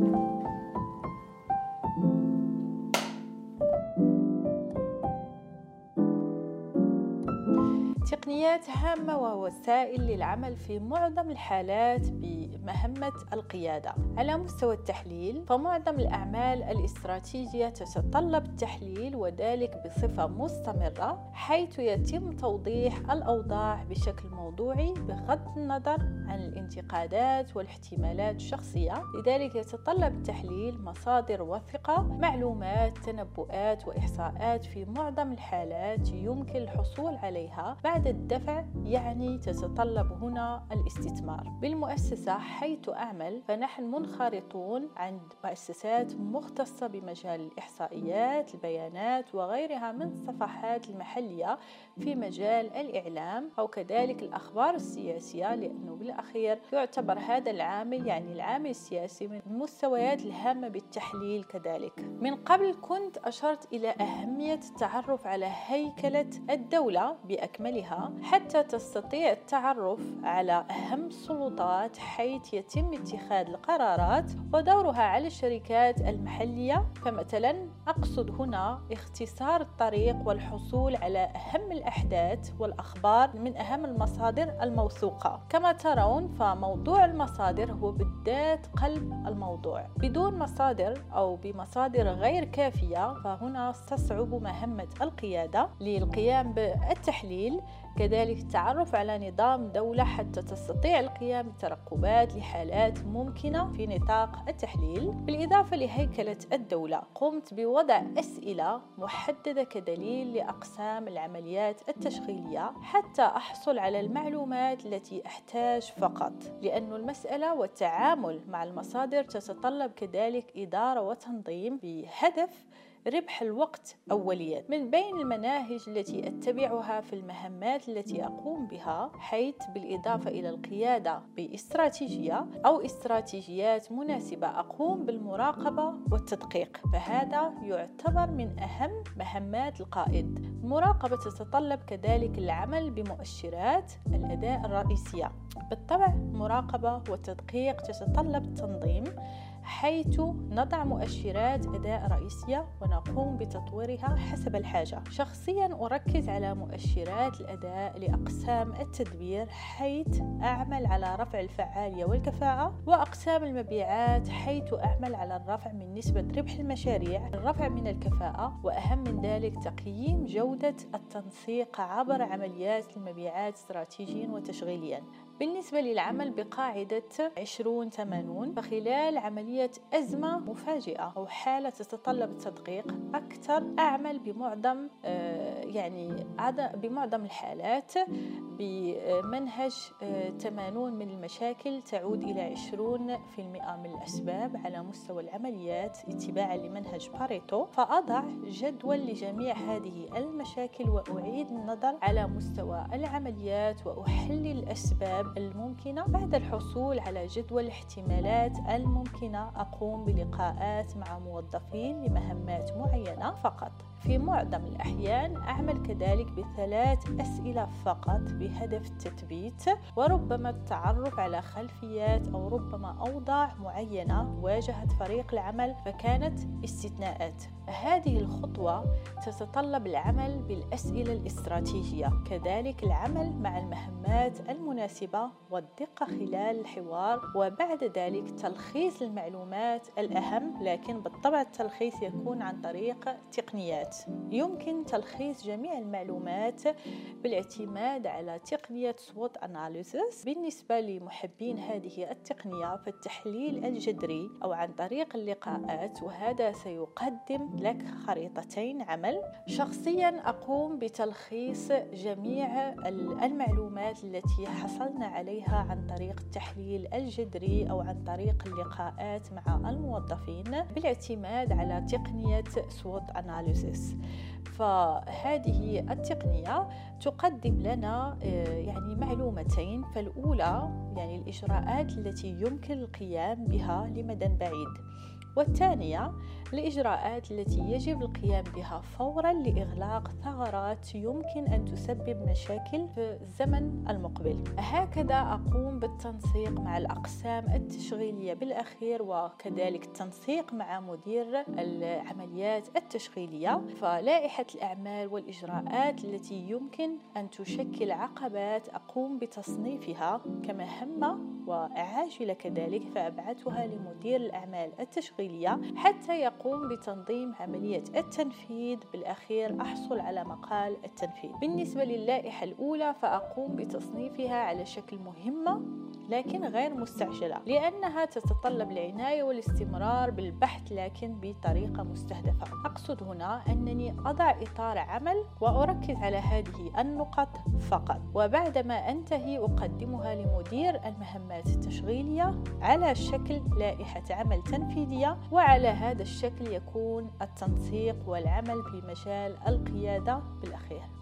تقنيات هامة ووسائل للعمل في معظم الحالات بمهمة القيادة. على مستوى التحليل، فمعظم الأعمال الاستراتيجية تتطلب التحليل، وذلك بصفة مستمرة، حيث يتم توضيح الأوضاع بشكل موضوعي بغض النظر عن الانتقادات والاحتمالات الشخصية. لذلك يتطلب التحليل مصادر وثيقة، معلومات، تنبؤات وإحصاءات في معظم الحالات يمكن الحصول عليها بعد الدفع، يعني تتطلب هنا الاستثمار. بالمؤسسة حيث أعمل، فنحن منخرطون عند مؤسسات مختصة بمجال الإحصائيات، البيانات وغيرها من الصفحات المحلية في مجال الإعلام، أو كذلك الأخبار السياسية، لأنه بالأخير يعتبر هذا العامل، يعني العامل السياسي، من المستويات الهامة بالتحليل كذلك. من قبل كنت أشرت إلى أهمية التعرف على هيكلة الدولة بأكملها حتى تستطيع التعرف على أهم السلطات، حيث يتم اتخاذ القرارات ودورها على الشركات المحلية. فمثلا أقصد هنا اختصار الطريق والحصول على أهم الأحداث والأخبار من أهم المصادر الموثوقة. كما ترون، فموضوع المصادر هو بالذات قلب الموضوع. بدون مصادر أو بمصادر غير كافية، فهنا تصعب مهمة القيادة للقيام بالتحليل، كذلك التعرف على نظام دولة حتى تستطيع القيام بالترقبات لحالات ممكنة في نطاق التحليل. بالإضافة لهيكلة الدولة، قمت بوضع أسئلة محددة كدليل لأقسام العمليات التشغيلية حتى أحصل على المعلومات التي أحتاج فقط، لأن المسألة والتعامل مع المصادر تتطلب كذلك إدارة وتنظيم بهدف ربح الوقت أولياً. من بين المناهج التي أتبعها في المهمات التي أقوم بها، حيث بالإضافة إلى القيادة باستراتيجية أو استراتيجيات مناسبة، أقوم بالمراقبة والتدقيق، فهذا يعتبر من أهم مهمات القائد. المراقبة تتطلب كذلك العمل بمؤشرات الأداء الرئيسية. بالطبع المراقبة والتدقيق تتطلب التنظيم، حيث نضع مؤشرات أداء رئيسية ونقوم بتطويرها حسب الحاجة. شخصياً أركز على مؤشرات الأداء لأقسام التدبير، حيث أعمل على رفع الفعالية والكفاءة، وأقسام المبيعات حيث أعمل على الرفع من نسبة ربح المشاريع، الرفع من الكفاءة، وأهم من ذلك تقييم جودة التنسيق عبر عمليات المبيعات استراتيجياً وتشغيلياً. بالنسبة للعمل بقاعدة 20-80، فخلال عملية أزمة مفاجئة أو حالة تتطلب التدقيق أكثر، أعمل بمعظم الحالات بمنهج 80 من المشاكل تعود إلى 20% من الأسباب على مستوى العمليات، اتباعا لمنهج باريتو. فأضع جدول لجميع هذه المشاكل وأعيد النظر على مستوى العمليات وأحلل الأسباب الممكنة. بعد الحصول على جدول الاحتمالات الممكنة، أقوم بلقاءات مع موظفين لمهمات معينة فقط. في معظم الأحيان أعمل كذلك ب3 أسئلة فقط بهدف التثبيت، وربما التعرف على خلفيات، أو ربما أوضاع معينة واجهت فريق العمل فكانت استثناءات. هذه الخطوة تتطلب العمل بالأسئلة الاستراتيجية، كذلك العمل مع المهمات المناسبة والدقة خلال الحوار، وبعد ذلك تلخيص المعلومات الأهم، لكن بالطبع التلخيص يكون عن طريق تقنيات. يمكن تلخيص جميع المعلومات بالاعتماد على تقنية SWOT Analysis. بالنسبة لمحبين هذه التقنية، فالتحليل الجذري أو عن طريق اللقاءات، وهذا سيقدم لك خريطتين عمل. شخصيا أقوم بتلخيص جميع المعلومات التي حصلنا عليها عن طريق التحليل الجذري أو عن طريق اللقاءات مع الموظفين بالاعتماد على تقنية SWOT Analysis. فهذه التقنية تقدم لنا معلومتين. فالأولى الإجراءات التي يمكن القيام بها لمدى بعيد، والثانية الإجراءات التي يجب القيام بها فورا لإغلاق ثغرات يمكن أن تسبب مشاكل في الزمن المقبل. هكذا أقوم بالتنسيق مع الأقسام التشغيلية بالأخير، وكذلك التنسيق مع مدير العمليات التشغيلية. فلائحة الأعمال والإجراءات التي يمكن أن تشكل عقبات أقوم بتصنيفها كمهمة وعاجلة كذلك، فأبعثها لمدير الأعمال التشغيلية حتى يقوم بتنظيم عملية التنفيذ. بالأخير أحصل على مقال التنفيذ. بالنسبة للائحة الأولى فأقوم بتصنيفها على شكل مهمة لكن غير مستعجلة، لأنها تتطلب العناية والاستمرار بالبحث لكن بطريقة مستهدفة. أقصد هنا أنني أضع إطار عمل وأركز على هذه النقط فقط، وبعدما أنتهي أقدمها لمدير المهمات التشغيلية على شكل لائحة عمل تنفيذية، وعلى هذا الشكل يكون التنسيق والعمل في مجال القيادة بالأخير.